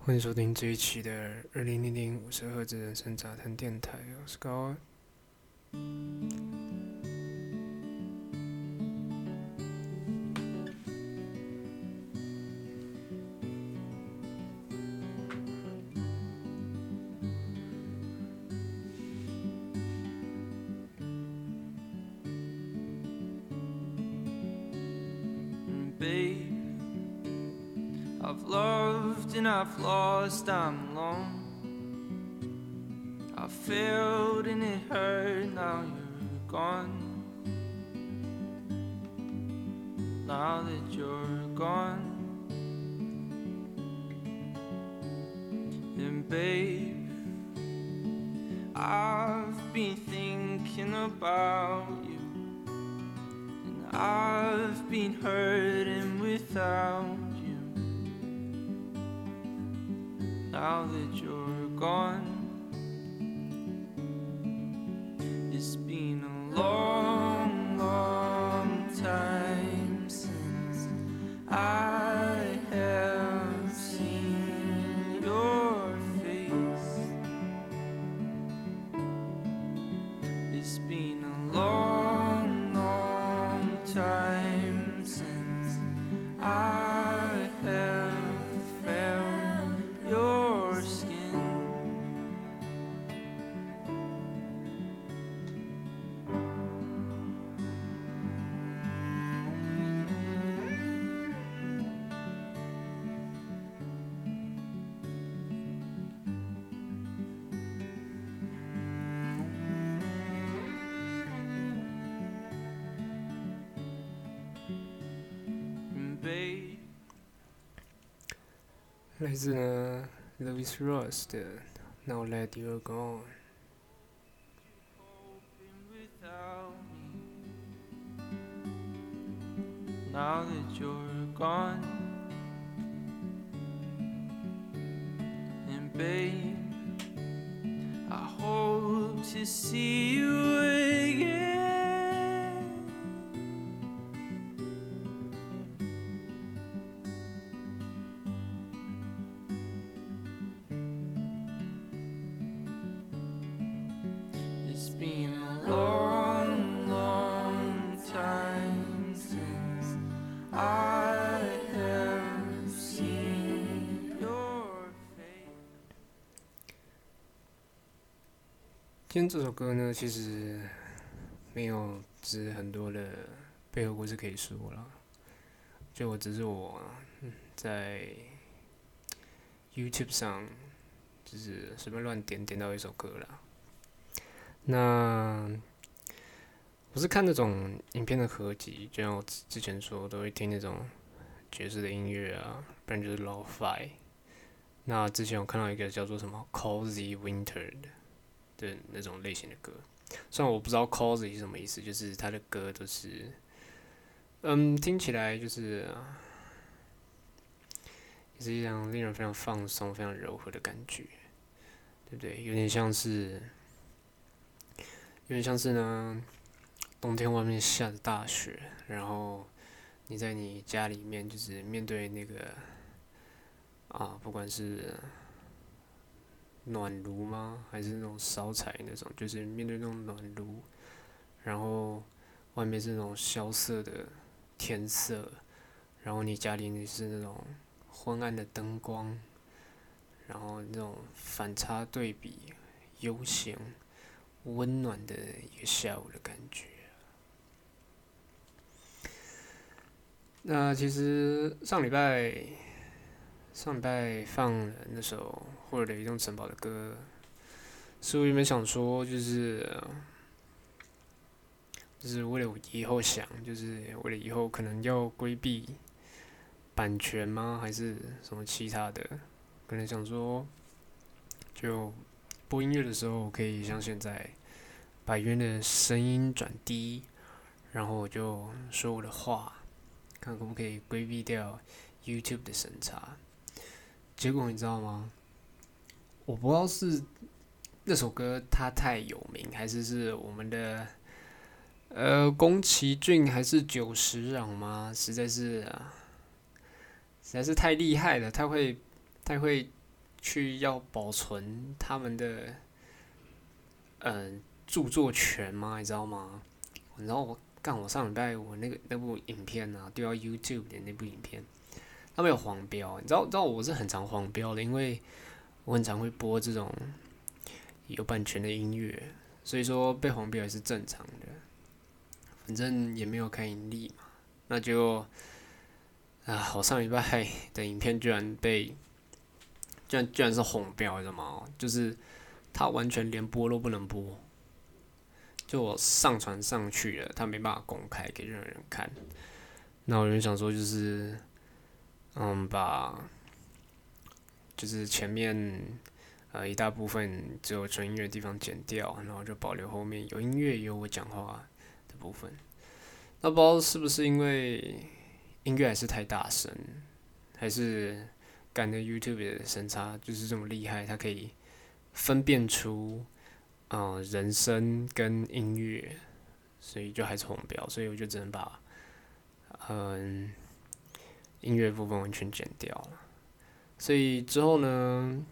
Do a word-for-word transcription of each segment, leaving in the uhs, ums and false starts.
欢迎收听这一期的二零零零五十赫兹人生杂谈电台，我是高二。 Babe, I've loved and I've lost, I'm alone. I failed and it hurt, now you're gone. Now that you're gone. And babe, I've been thinking about you. I've been hurting without you. Now that you're gone, it's been a long, long time since I have seen your face. It's been a long, long time since I have felt your skin. And babe, 来自呢 Louis Ross 的《Now That You're Gone》。 hoping without me. Now that you're gone, and babe, I hope to see you again. It's been a long, long time since I have seen your face. 今天这首歌呢，其实没有只很多的背后故事可以说了，就我只是我嗯在 YouTube 上就是随便乱点点到一首歌啦。那我是看那种影片的合集，就像我之前说，都会听那种爵士的音乐啊，不然就是 Lo-Fi。那之前我看到一个叫做什么 Cozy Winter 的的那种类型的歌，虽然我不知道 Cozy 是什么意思，就是他的歌都是，嗯，听起来就是也是一样令人非常放松、非常柔和的感觉，对不对？有点像是。有点像是呢，冬天外面下着大雪，然后你在你家里面就是面对那个啊，不管是暖炉吗，还是那种烧柴那种，就是面对那种暖炉，然后外面是那种萧瑟的天色，然后你家里你是那种昏暗的灯光，然后那种反差对比，悠闲。温暖的一个下午的感觉。那其实上礼拜上礼拜放了那首霍尔的《移动城堡》的歌，是我原本想说，就是就是为了以后想，就是为了以后可能要规避版权吗，还是什么其他的？可能想说，就播音乐的时候可以像现在。把原的声音转低，然后我就说我的话，看可不可以规避掉 YouTube 的审查。结果你知道吗？我不知道是那首歌它太有名，还是是我们的呃宫崎骏还是久石让吗？实在是啊，实在是太厉害了，太会太会去要保存他们的嗯、呃、著作权吗？你知道吗？你知道我干我上礼拜我那个那部影片啊丢到 YouTube 的那部影片，他们有黄标，你知道你知道我是很常黄标的，因为我很常会播这种有版权的音乐，所以说被黄标也是正常的，反正也没有开盈利嘛，那就啊，我上礼拜的影片居然被，居然居然是红标，你知道吗？就是它完全连播都不能播，就我上传上去了，它没办法公开给任何人看。那我就想说，就是嗯，把就是前面呃一大部分只有纯音乐的地方剪掉，然后就保留后面有音乐有我讲话的部分。那不知道是不是因为音乐还是太大声，还是干的 YouTube 的审查就是这么厉害，它可以分辨出呃人声跟音乐，所以就还是红标，所以我就只能把嗯音乐部分完全剪掉了。所以之后呢，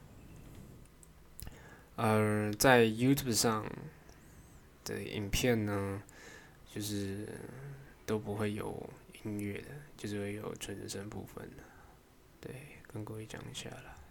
呃，在 YouTube 上的影片呢，就是都不会有音乐的，就是会有纯人声部分的。对，跟各位讲一下啦。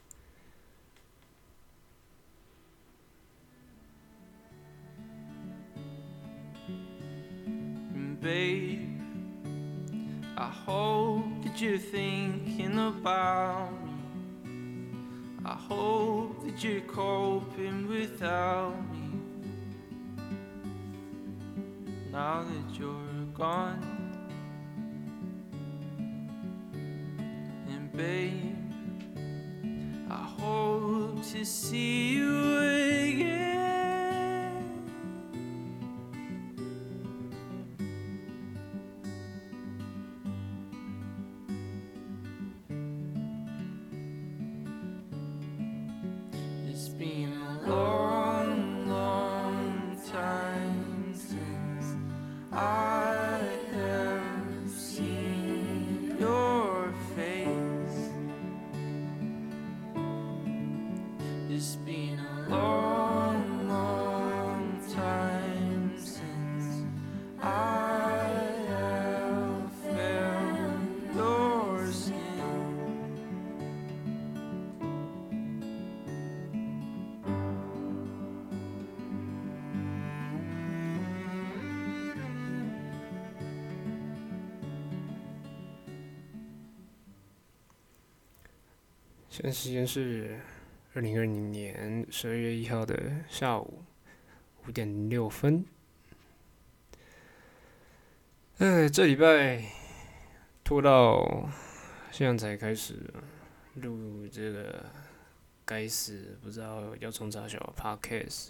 Babe, I hope that you're thinking about me. I hope that you're coping without me. Now that you're gone, and babe, I hope to see you again. It's been a long, long time since I have seen your face. It's been a long, long time since I have felt your skin. 现在时间是二零二零年十二月一号的下午五点零六分。哎，这礼拜拖到现在才开始录这个该死不知道要从啥小的 podcast。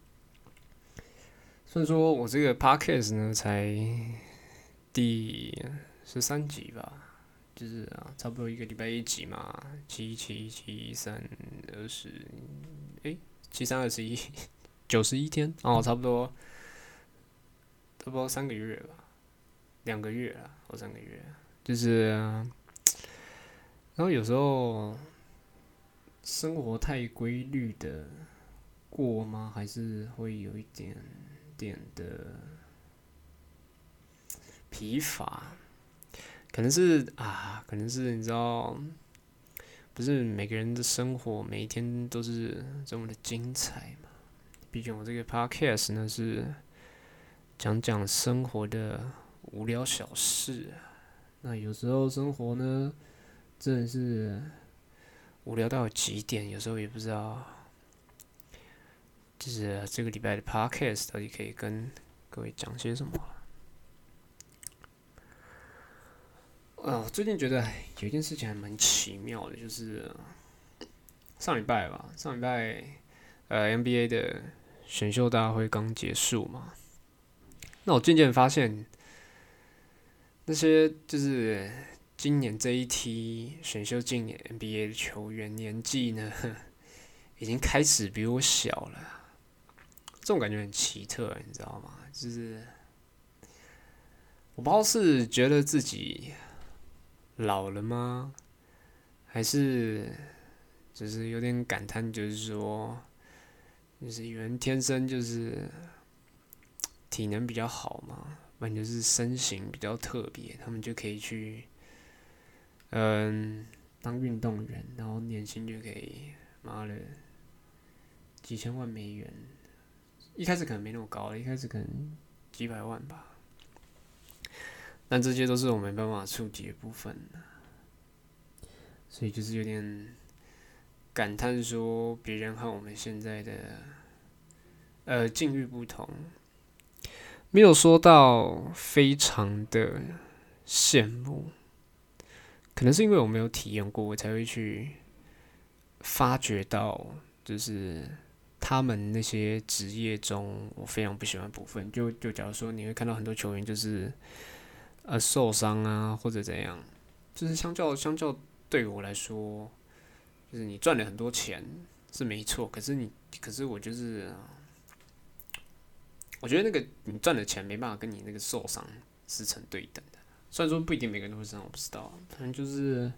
虽然说我这个 podcast 呢才第十三集吧，就是啊，差不多一个礼拜一集嘛，七七七三二十，哎，七三二十一，九十一天哦，差不多，差不多三个月吧，两个月啦，或三个月，就是、啊，然后有时候生活太规律的过吗？还是会有一点点的疲乏？可能是啊，可能是你知道，不是每个人的生活每一天都是这么的精彩嘛。毕竟我这个 podcast 呢是讲讲生活的无聊小事，那有时候生活呢真的是无聊到极点，有时候也不知道，就是这个礼拜的 podcast 到底可以跟各位讲些什么。呃，我最近觉得有一件事情还蛮奇妙的，就是上礼拜吧，上礼拜呃 N B A 的选秀大会刚结束嘛，那我渐渐发现，那些就是今年这一批选秀进年 N B A 的球员年纪呢，已经开始比我小了，这种感觉很奇特，你知道吗？就是我不知道是觉得自己老了吗？还是只是有点感叹，就是说，就是有人天生就是体能比较好嘛，不然就是身形比较特别，他们就可以去，嗯，当运动员，然后年薪就可以，妈的，几千万美元。一开始可能没那么高，一开始可能几百万吧。但这些都是我没办法触及的部分，所以就是有点感叹说，别人和我们现在的呃境遇不同，没有说到非常的羡慕，可能是因为我没有体验过，我才会去发掘到，就是他们那些职业中我非常不喜欢的部分。就就假如说你会看到很多球员就是呃受伤啊或者怎样，就是相较相较对我来说，就是你赚了很多钱是没错，可是你可是我就是我觉得那个你赚的钱没办法跟你那个受伤是成对等的。虽然说不一定每个人都会这样，我不知道，反正就是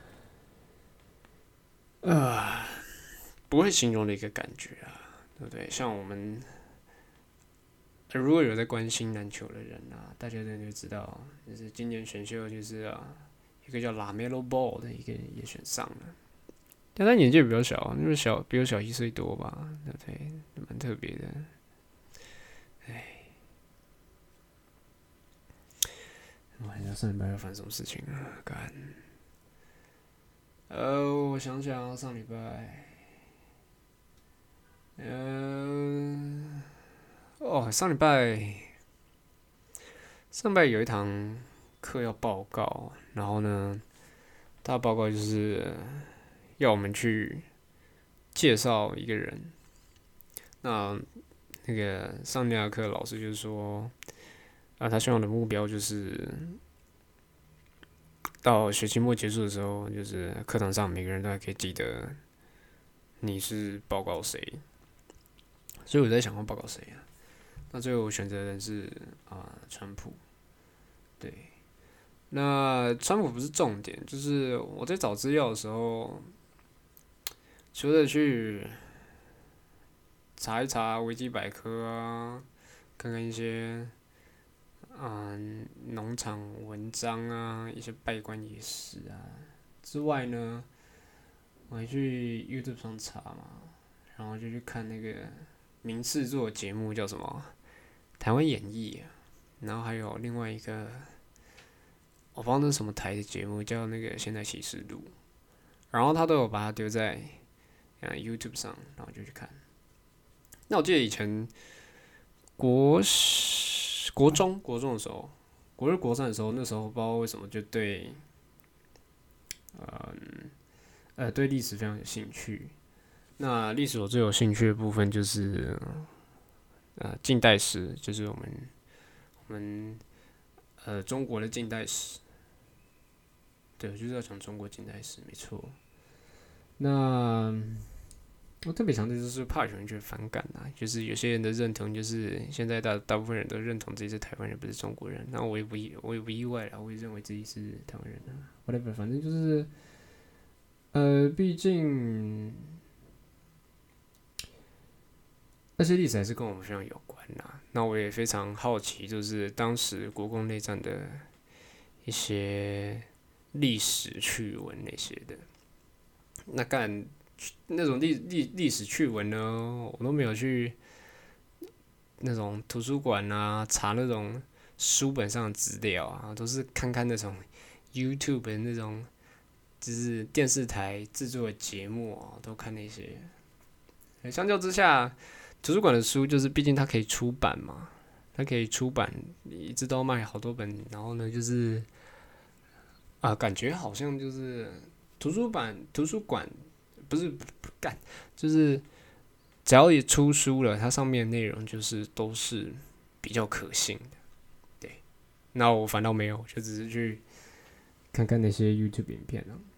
呃不会形容的一个感觉啊，对不对？像我们如果有在关心篮球的人啊，大家就知道，就是今年选秀就是啊，一个叫 LaMelo Ball 的一个也选上了，但他年纪比较小，就是小比我小一岁多吧，对不对？蛮特别的。哎，我还想上礼拜要发生什么事情啊？干，呃，我想想，上礼拜，嗯、呃，哦，上礼拜。上拜有一堂课要报告，然后呢，他的报告就是要我们去介绍一个人。那那个上那堂课老师就说，啊，他希望的目标就是到学期末结束的时候，就是课堂上每个人都还可以记得你是报告谁。所以我在想，要报告谁啊？那最后我选择的人是啊、呃，川普。对。那川普不是重点，就是我在找资料的时候，除了去查一查维基百科啊，看看一些嗯农场文章啊，一些拜官野史啊之外呢，我还去 YouTube 上查嘛，然后就去看那个民视做的节目叫什么《台湾演义》，然后还有另外一个。我不知道那是什么台的节目，叫那个《现代启示录》，然后他都有把它丢在呃 YouTube 上，然后就去看。那我记得以前国国中国中的时候，国二国三的时候，那时候不知道为什么就对，呃呃对历史非常有兴趣。那历史我最有兴趣的部分就是呃近代史，就是我们我们呃中国的近代史。对，就是要讲中国近代史，没错。那我特别强调就是怕有人觉得反感啊，就是有些人的认同就是现在大大部分人都认同自己是台湾人，不是中国人。那我也不意，我也不意外啦，我也认为自己是台湾人啊。whatever，反正就是，呃，毕竟那些历史还是跟我们非常有关啦。那我也非常好奇，就是当时国共内战的一些。历史趣闻那些的，那干那种历历历史趣闻呢，我都没有去那种图书馆啊查那种书本上的资料啊，都是看看那种 YouTube 的那种，就是电视台制作的节目啊，都看那些。相较之下，图书馆的书就是毕竟它可以出版嘛，它可以出版，一直都卖好多本，然后呢就是。啊、呃，感觉好像就是图书馆，图书馆不是干，就是只要也出书了，它上面的内容就是都是比较可信的。对，那我反倒没有，就只是去看看那些 YouTube 影片啊。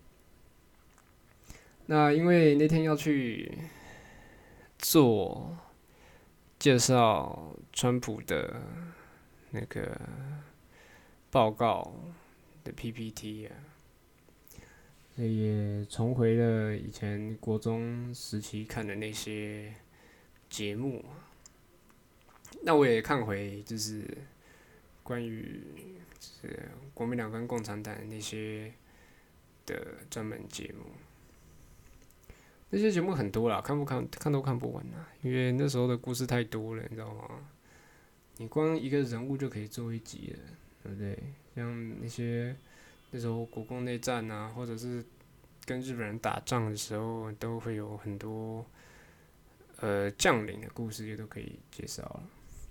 那因为那天要去做介绍川普的那个报告的 P P T 啊。 也重回了以前国中时期看的那些节目。那我也看回就是关于就是国民党跟共产党那些的专门节目。那些节目很多啦，看不看看都看不完啦，因为那时候的故事太多了，你知道吗？你光一个人物就可以做一集了，对不对？像那些那时候国共内战啊，或者是跟日本人打仗的时候，都会有很多呃将领的故事，也都可以介绍了。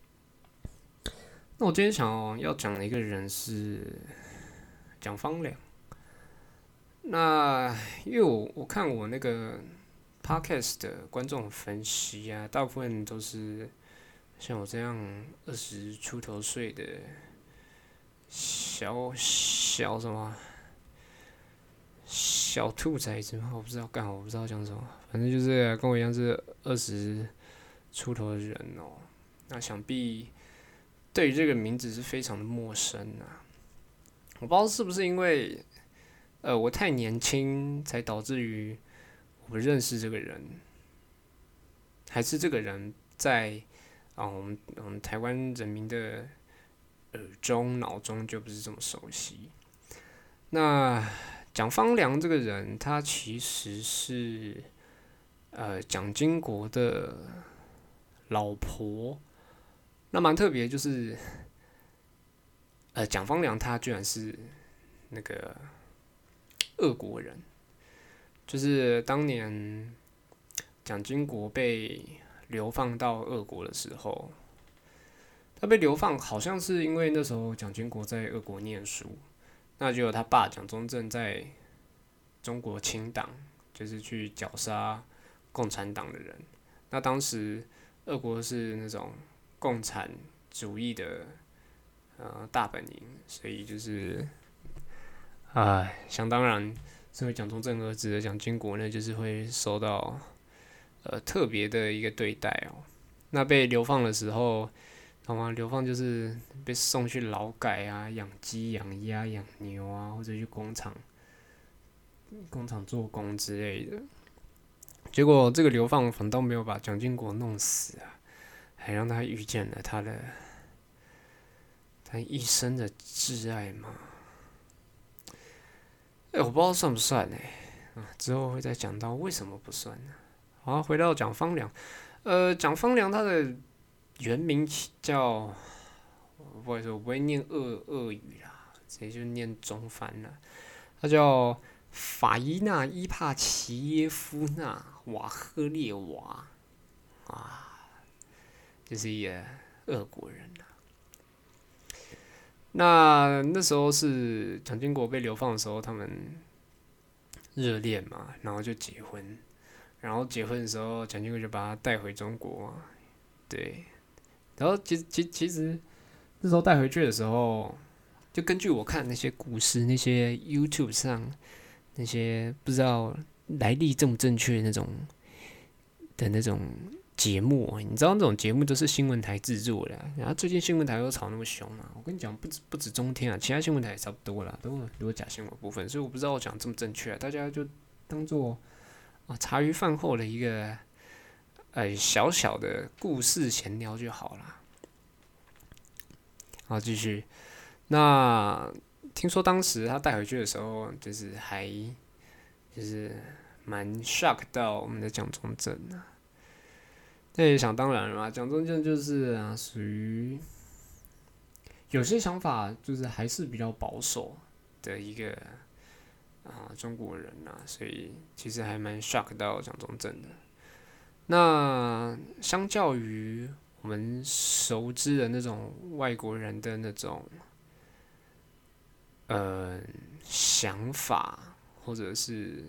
那我今天想、哦、要讲的一个人是蒋方良。那因为我我看我那个 podcast 的观众分析啊，大部分都是像我这样二十出头岁的小小什么小兔崽子吗？我不知道，干好我不知道讲什么，反正就是跟我一样是二十出头的人哦。那想必对于这个名字是非常的陌生啊。我不知道是不是因为呃我太年轻，才导致于我不认识这个人，还是这个人在啊我们我们台湾人民的耳中脑中就不是这么熟悉。那蒋方良这个人，他其实是呃蒋经国的老婆。那蛮特别，就是呃蒋方良他居然是那个俄国人，就是当年蒋经国被流放到俄国的时候，他被流放好像是因为那时候蒋经国在俄国念书，那就有他爸蒋中正在中国清党，就是去绞杀共产党的人。那当时俄国是那种共产主义的呃大本营，所以就是啊，想当然，身为蒋中正儿子的蒋经国呢，就是会受到呃特别的一个对待哦。那被流放的时候，懂吗？流放就是被送去劳改啊，养鸡、养鸭、养牛啊，或者去工厂、工厂做工之类的。结果这个流放反倒没有把蒋经国弄死啊，还让他遇见了他的他一生的挚爱嘛。哎、欸，我不知道算不算呢、欸？啊，之后会再讲到为什么不算呢？好，回到蒋方良，呃，蒋方良他的原名叫，不好意思，我不会念俄俄语啦，直接就念中翻了。他叫法伊纳伊帕齐耶夫纳瓦赫列娃啊，就是一个俄国人啊。那那时候是蒋经国被流放的时候，他们热恋嘛，然后就结婚。然后结婚的时候，蒋经国就把他带回中国，对。然后其其其实那时候带回去的时候，就根据我看那些故事，那些 YouTube 上那些不知道来历正不正确的那种的那种节目，你知道那种节目都是新闻台制作的、啊，然后最近新闻台都吵那么凶嘛，我跟你讲，不止不止中天啊，其他新闻台也差不多啦，都很多假新闻部分，所以我不知道我讲这么正确、啊，大家就当做啊茶余饭后的一个呃小小的故事闲聊就好啦。好，继续。那听说当时他带回去的时候，就是还就是蛮 shock 到我们的蒋中正啊。那也想当然了嘛，蒋中正就是啊，属于有些想法就是还是比较保守的一个啊中国人啊，所以其实还蛮 shock 到蒋中正的。那相较于我们熟知的那种外国人的那种呃想法，或者是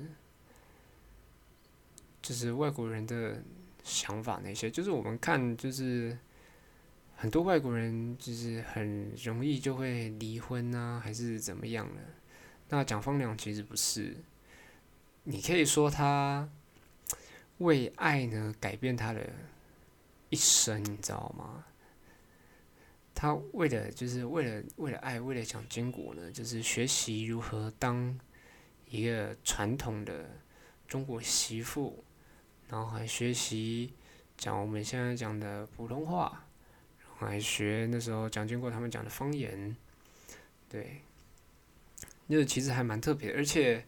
就是外国人的想法那些，就是我们看就是很多外国人就是很容易就会离婚啊，还是怎么样的。那蒋方良其实不是，你可以说他为爱呢改变他的一生，你知道吗？他为了就是为了为了爱，为了蒋经国呢，就是学习如何当一个传统的中国媳妇，然后还学习讲我们现在讲的普通话，然后还学那时候蒋经国他们讲的方言，对，那个其实还蛮特别的，而且，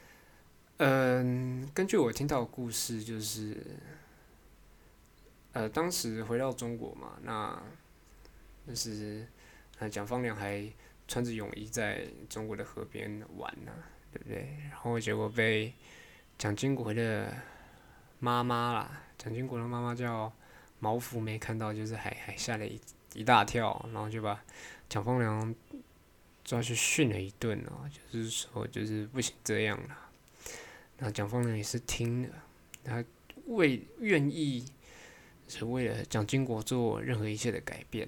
嗯，根据我听到的故事，就是，呃，当时回到中国嘛，那就是呃蒋方良还穿着泳衣在中国的河边玩呢、啊，对不对？然后结果被蒋经国的妈妈啦，蒋经国的妈妈叫毛福梅，看到就是还还吓了一一大跳，然后就把蒋方良抓去训了一顿哦，就是说就是不行这样啦。那蒋方良也是听了，他为愿意是为了蒋经国做任何一切的改变。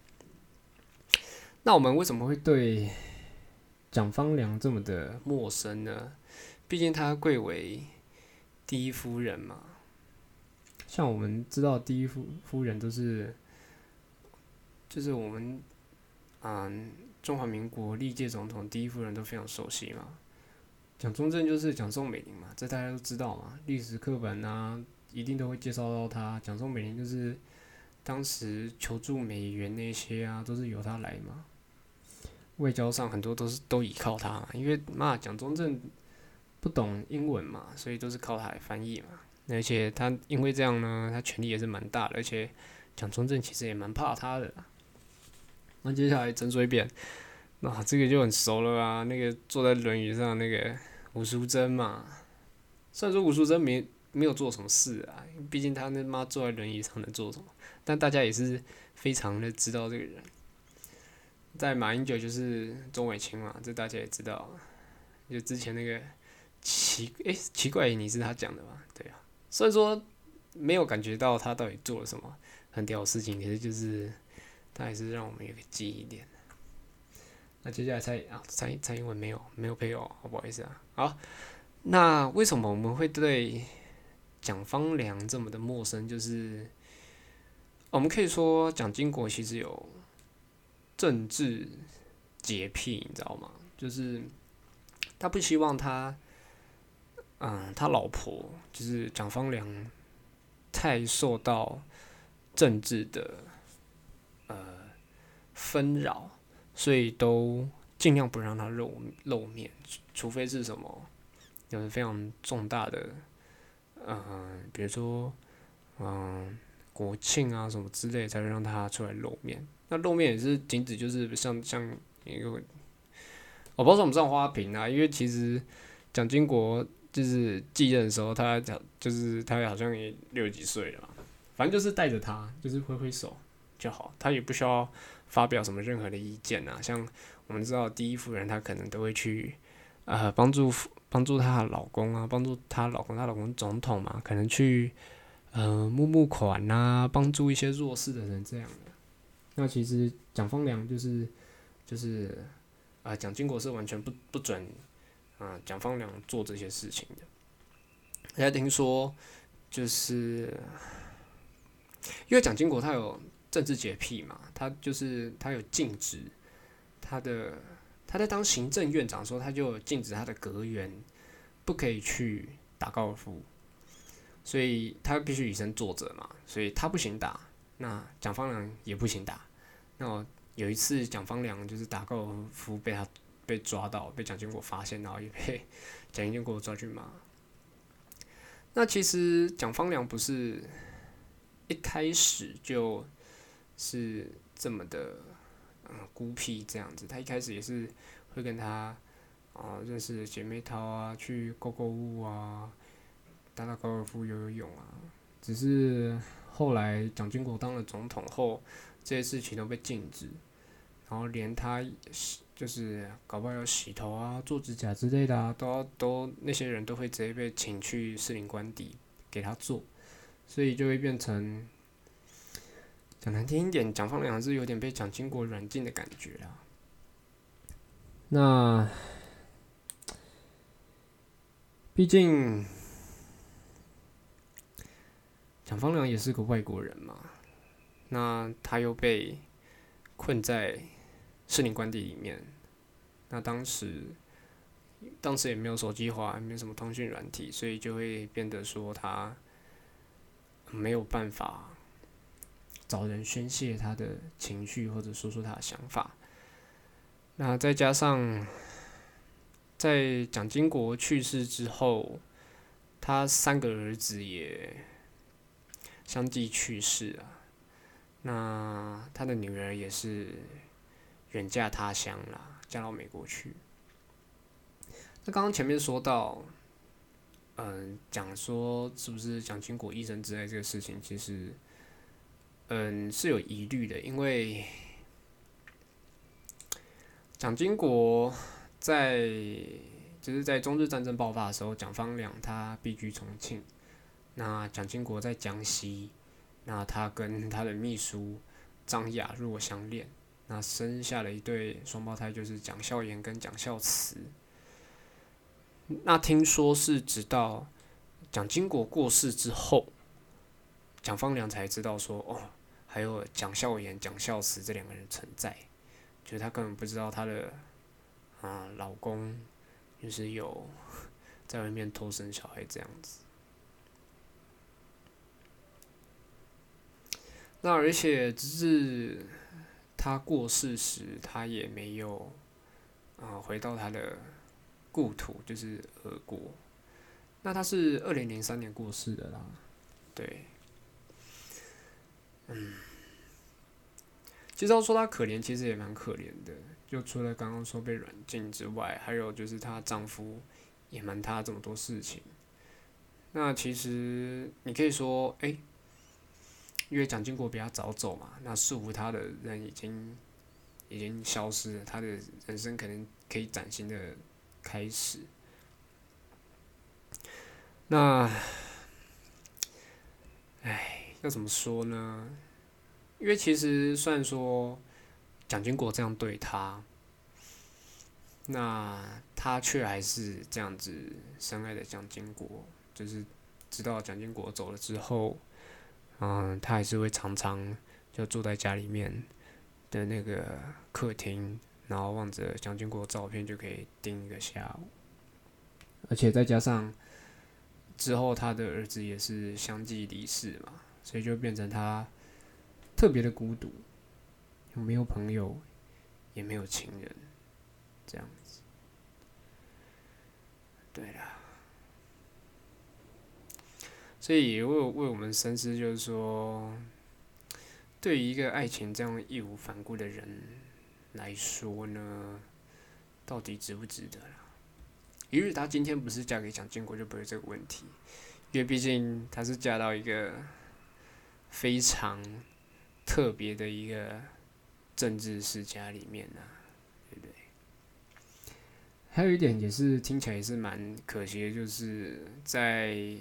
那我们为什么会对蒋方良这么的陌生呢？毕竟他贵为第一夫人嘛。像我们知道第一夫夫人都是，就是我们嗯中华民国历届总统第一夫人都非常熟悉嘛。蒋中正就是蒋宋美龄嘛，这大家都知道嘛，历史课本啊一定都会介绍到他。蒋宋美龄就是当时求助美元那些啊，都是由他来嘛。外交上很多都是都依靠他嘛，因为嘛蒋中正不懂英文嘛，所以都是靠他来翻译嘛。而且他因为这样呢，他权力也是蛮大的，而且蒋中正其实也蛮怕他的。那接下来陈水扁，那这个就很熟了啊，那个坐在轮椅上那个吴淑珍嘛，虽然说吴淑珍没没有做什么事啊，毕竟他那妈坐在轮椅上能做什么，但大家也是非常的知道这个人。在马英九就是钟伟清嘛，这大家也知道，就之前那个奇诶、欸、奇怪你是他讲的嘛，对啊，虽然说没有感觉到他到底做了什么很屌的事情，可是就是他还是让我们有个记忆点。那接下来蔡啊蔡蔡英文没有没有配偶，不好意思啊。好，那为什么我们会对蒋方良这么的陌生？就是我们可以说蒋经国其实有政治洁癖，你知道吗？就是他不希望他，嗯，他老婆就是蒋方良太受到政治的呃纷扰，所以都尽量不让他露露面，除非是什么有非常重大的，呃，比如说嗯、呃、国庆啊什么之类，才会让他出来露面。那露面也是仅止就是像像一个，我不知道怎么上花瓶啊，因为其实蒋经国就是继任的时候，他就是他好像也六十几岁了嘛，反正就是带着他，就是挥挥手就好，他也不需要发表什么任何的意见啊。像我们知道第一夫人，她可能都会去呃帮助帮助她的老公啊，帮助她老公，她老公总统嘛，可能去呃募募款啊，帮助一些弱势的人这样的。那其实蒋方良就是就是啊，蒋经国是完全不不准啊蒋方良做这些事情的。大家听说就是因为蒋经国他有政治洁癖嘛，他就是他有禁止他的他在当行政院长的时候，他就有禁止他的阁员不可以去打高尔夫，所以他必须以身作则嘛，所以他不行打，那蒋方良也不行打。那有一次蒋方良就是打高尔夫被他被抓到，被蒋经国发现，然后也被蒋经国抓去骂。那其实蒋方良不是一开始就是这么的嗯孤僻这样子，他一开始也是会跟他啊认识的姐妹淘啊去购购物啊，打打高尔夫、游游泳啊。只是后来蒋经国当了总统后，这些事情都被禁止，然后连他就是搞不好要洗头啊、做指甲之类的啊，都要都那些人都会直接被请去士林官邸给他做，所以就会变成讲难听一点，蒋方良是有点被蒋经国软禁的感觉啦。那毕竟蒋方良也是个外国人嘛，那他又被困在士林官邸里面，那当时当时也没有手机滑，也没有什么通讯软体，所以就会变得说他没有办法找人宣泄他的情绪，或者说出他的想法。那再加上在蒋经国去世之后，他三个儿子也相继去世啊。那他的女儿也是远嫁他乡啦，嫁到美国去。那刚刚前面说到，嗯，讲说是不是蒋经国一生之爱这个事情，其实，嗯，是有疑虑的，因为蒋经国在就是在中日战争爆发的时候，蒋方良他避居重庆，那蒋经国在江西，那他跟他的秘书张雅若相恋，那生下了一对双胞胎，就是蒋孝严跟蒋孝慈。那听说是直到蒋经国过世之后，蒋方良才知道说，哦，还有蒋孝严、蒋孝慈这两个人存在，就是他根本不知道他的啊老公就是有在外面偷生小孩这样子。那而且直至他过世时，他也没有啊回到他的故土，就是俄国。那他是二零零三年过世的啦，对，嗯，其实要说她可怜，其实也蛮可怜的。就除了刚刚说被软禁之外，还有就是她丈夫隐瞒她这么多事情。那其实你可以说，哎、欸，因为蒋经国比她早走嘛，那束缚她的人已经已经消失了，她的人生可能可以崭新的开始。那，哎，要怎么说呢？因为其实虽然说蒋经国这样对他，那他却还是这样子深爱的蒋经国，就是直到蒋经国走了之后，嗯，他还是会常常就坐在家里面的那个客厅，然后望着蒋经国的照片就可以盯一个下午，而且再加上之后他的儿子也是相继离世嘛，所以就变成他特别的孤独，没有朋友，也没有情人，这样子。对啦，所以也为为我们深思，就是说，对于一个爱情这样义无反顾的人来说呢，到底值不值得啦？一日她今天不是嫁给蒋经国，就不会这个问题，因为毕竟她是嫁到一个非常特别的一个政治世家里面啊，对不对？还有一点也是听起来也是蛮可惜的，就是在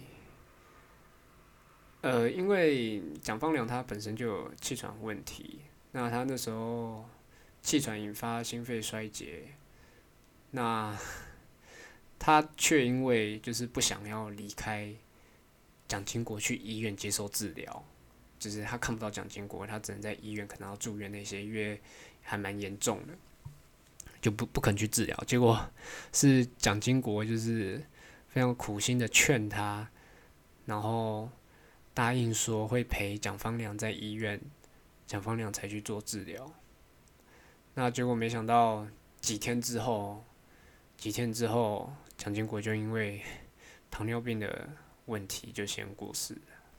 呃，因为蒋方良他本身就有气喘问题，那他那时候气喘引发心肺衰竭，那他却因为就是不想要离开蒋经国去医院接受治疗，就是他看不到蒋经国，他只能在医院可能要住院那些，因为还蛮严重的，就不不肯去治疗。结果是蒋经国就是非常苦心的劝他，然后答应说会陪蒋方良在医院，蒋方良才去做治疗。那结果没想到几天之后，几天之后，蒋经国就因为糖尿病的问题就先过世了。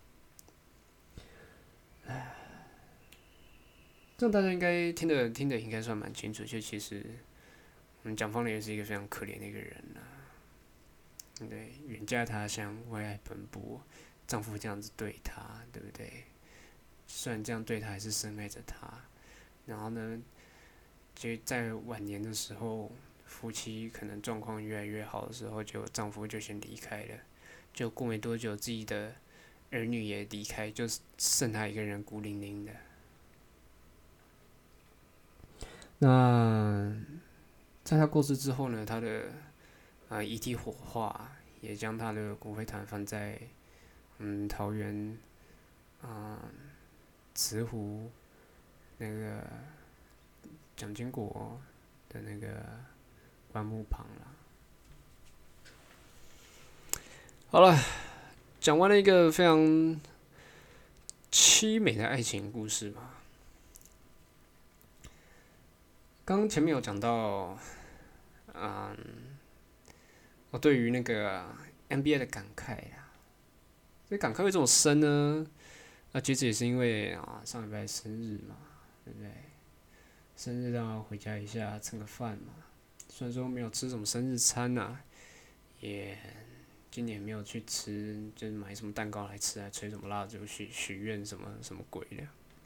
这样大家应该听得听得应该算蛮清楚，就其实，嗯，蒋方良也是一个非常可怜的一个人啊。对，远嫁他乡，为爱奔波，丈夫这样子对她，对不对？虽然这样对她，还是深爱着她。然后呢，就在晚年的时候，夫妻可能状况越来越好的时候，就丈夫就先离开了。就过没多久，自己的儿女也离开，就剩她一个人孤零零的。那在她过世之后呢，她的呃遗体火化，也将她的骨灰坛放在嗯桃园啊慈湖那个蒋经国的那个棺木旁啦。 好了，讲完了一个非常凄美的爱情故事吧。刚前面有讲到，嗯，我对于那个 N B A 的感慨啊，这感慨会这么深呢？那其实也是因为啊，上礼拜生日嘛，对不对？生日让回家一下蹭个饭嘛。虽然说没有吃什么生日餐呐、啊，也今年没有去吃，就是买什么蛋糕来吃，还吹什么蜡烛许许愿什么什么鬼的。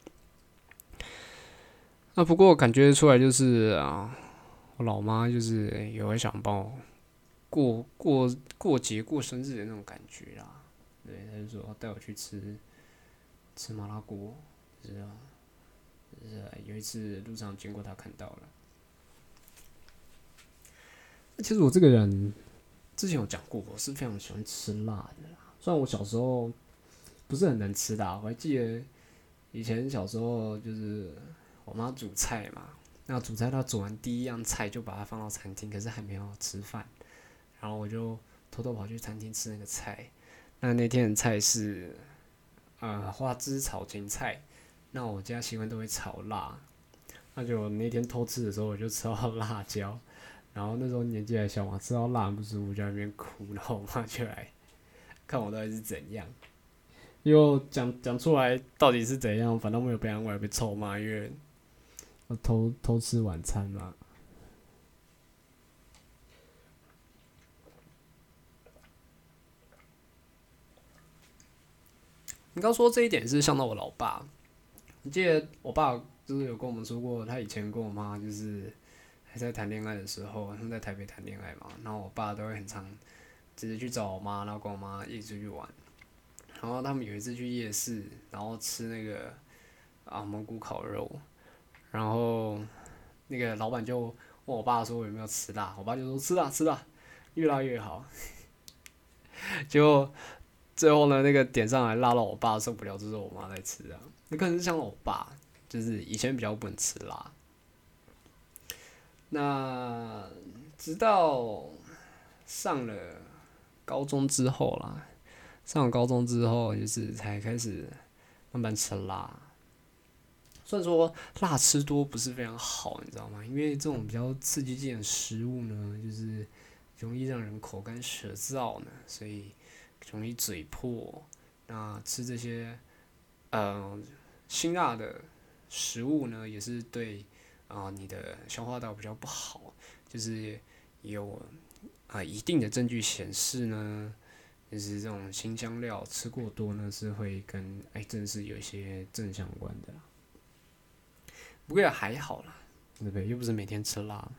那不过感觉出来就是啊，我老妈就是也会想帮我过过过节过生日的那种感觉啦。对，她就说带我去吃吃麻辣锅，就是啊，就是有一次路上经过她看到了。其实我这个人之前有讲过，我是非常喜欢吃辣的啦。虽然我小时候不是很能吃辣，我还记得以前小时候就是我妈煮菜嘛，那煮菜她煮完第一样菜就把它放到餐厅，可是还没有吃饭，然后我就偷偷跑去餐厅吃那个菜。那那天的菜是呃花枝炒芹菜，那我家习惯都会炒辣，那就那天偷吃的时候我就吃到辣椒。然后那时候年纪还小嘛，吃到辣不舒服就在那边哭，然后我妈就来看我到底是怎样。因为我讲讲出来到底是怎样，反正没有被安慰，被臭骂，因为我偷偷吃晚餐嘛。你刚说这一点是像到我老爸，我记得我爸就是有跟我们说过，他以前跟我妈就是还在谈恋爱的时候，他们在台北谈恋爱嘛，然后我爸都会很常直接去找我妈，然后跟我妈一起出去玩。然后他们有一次去夜市，然后吃那个啊蒙古烤肉，然后那个老板就问我爸说有没有吃辣，我爸就说吃辣吃辣，越辣越好。结果最后呢，那个点上来辣到我爸受不了，就是我妈在吃啊。那可能是像我爸，就是以前比较不能吃辣。那直到上了高中之后啦，上了高中之后，就是才开始慢慢吃辣。虽然说辣吃多不是非常好，你知道吗？因为这种比较刺激性的食物呢，就是容易让人口干舌燥呢，所以容易嘴破。那吃这些呃辛辣的食物呢，也是对啊、呃、你的消化道比较不好，就是有啊、呃、一定的证据显示呢。就是这种辛香料吃过多呢，是会跟癌症是有一些正相关的啦。不过也还好啦，对不对？又不是每天吃辣。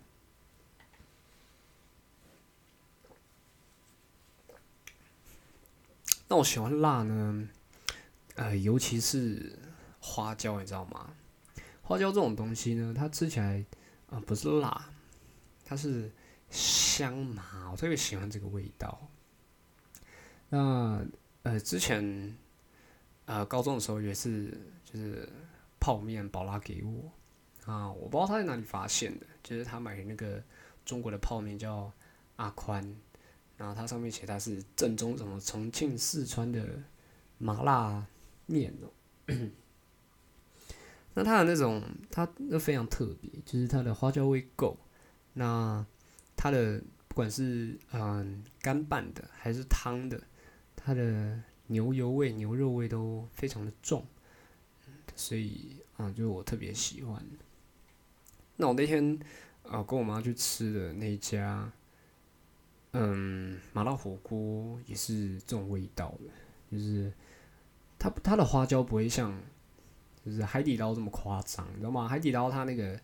那我喜欢辣呢，呃，尤其是花椒，你知道吗？花椒这种东西呢，它吃起来啊、呃、不是辣，它是香麻，我特别喜欢这个味道。那呃，之前呃高中的时候也是，就是泡面宝拉给我啊，我不知道他在哪里发现的，就是他买那个中国的泡面叫阿宽，然后它上面写它是正宗什么重庆、四川的麻辣面哦、喔。那它的那种，它那非常特别，就是它的花椒味够，那它的不管是嗯干拌的还是汤的。它的牛油味、牛肉味都非常的重，所以啊、嗯，就是我特别喜欢。那我那天啊、呃、跟我妈去吃的那一家，嗯，麻辣火锅也是这种味道的，就是它它的花椒不会像就是海底捞这么夸张，你知道吗？海底捞它那个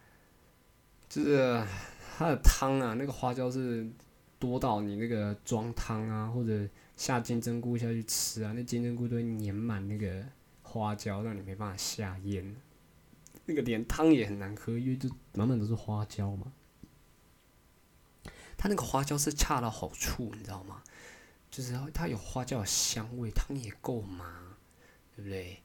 就是它的汤啊，那个花椒是多到你那个装汤啊，或者下金针菇下去吃啊，那金针菇都会粘满那个花椒，让你没办法下咽。那个连汤也很难喝，因为就满满都是花椒嘛。它那个花椒是恰到好处，你知道吗？就是它有花椒的香味，汤也够麻，对不对？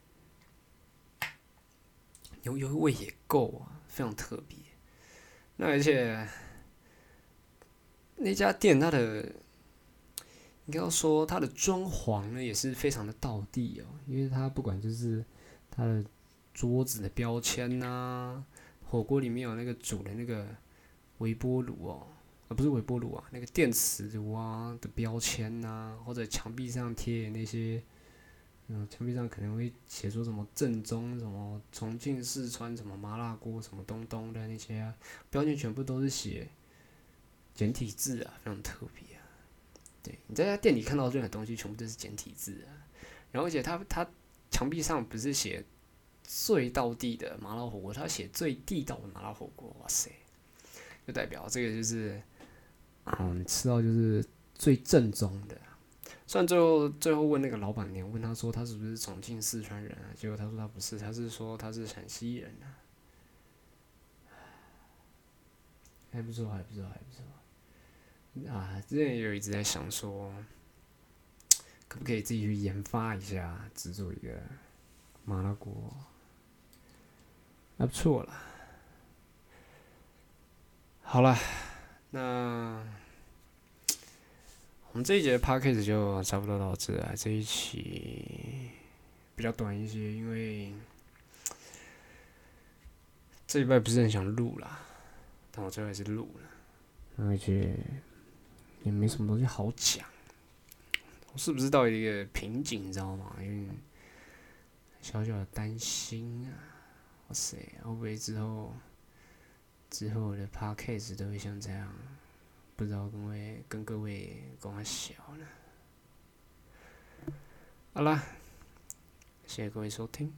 牛油味也够啊，非常特别。那而且那家店它的应该要说它的装潢呢也是非常的道地哦，因为它不管就是它的桌子的标签呐、啊，火锅里面有那个煮的那个微波炉哦，啊不是微波炉啊，那个电磁炉啊的标签呐、啊，或者墙壁上贴那些，嗯，墙壁上可能会写说什么正宗什么重庆四川什么麻辣锅什么东东的那些啊，标签全部都是写简体字啊，非常特别。对，你在家店里看到任何东西，全部都是简体字啊。然后，而且它它墙壁上不是写最道地的麻辣火锅，它写最地道的麻辣火锅。哇塞，就代表这个就是，嗯，你吃到就是最正宗的。虽然最后最后问那个老板娘，问他说他是不是重庆四川人啊？结果他说他不是，他是说他是陕西人啊。还不错，还不错，还不错。啊，之前也有一直在想说，可不可以自己去研发一下，制作一个麻辣锅，还不错啦。好了，那我们这一节的 podcast 就差不多到这了。这一期比较短一些，因为这礼拜不是很想录啦，但我最后还是录了，而且也没什么东西好讲。我是不是到一个瓶颈，你知道吗？有点小小的担心啊！哇塞，会不会之后之后的 podcast 都会像这样？不知道各位跟各位跟我小呢。好啦，谢谢各位收听。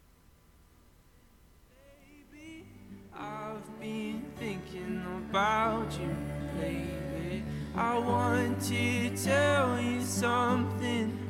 I've been thinking about you lately. I want to tell you something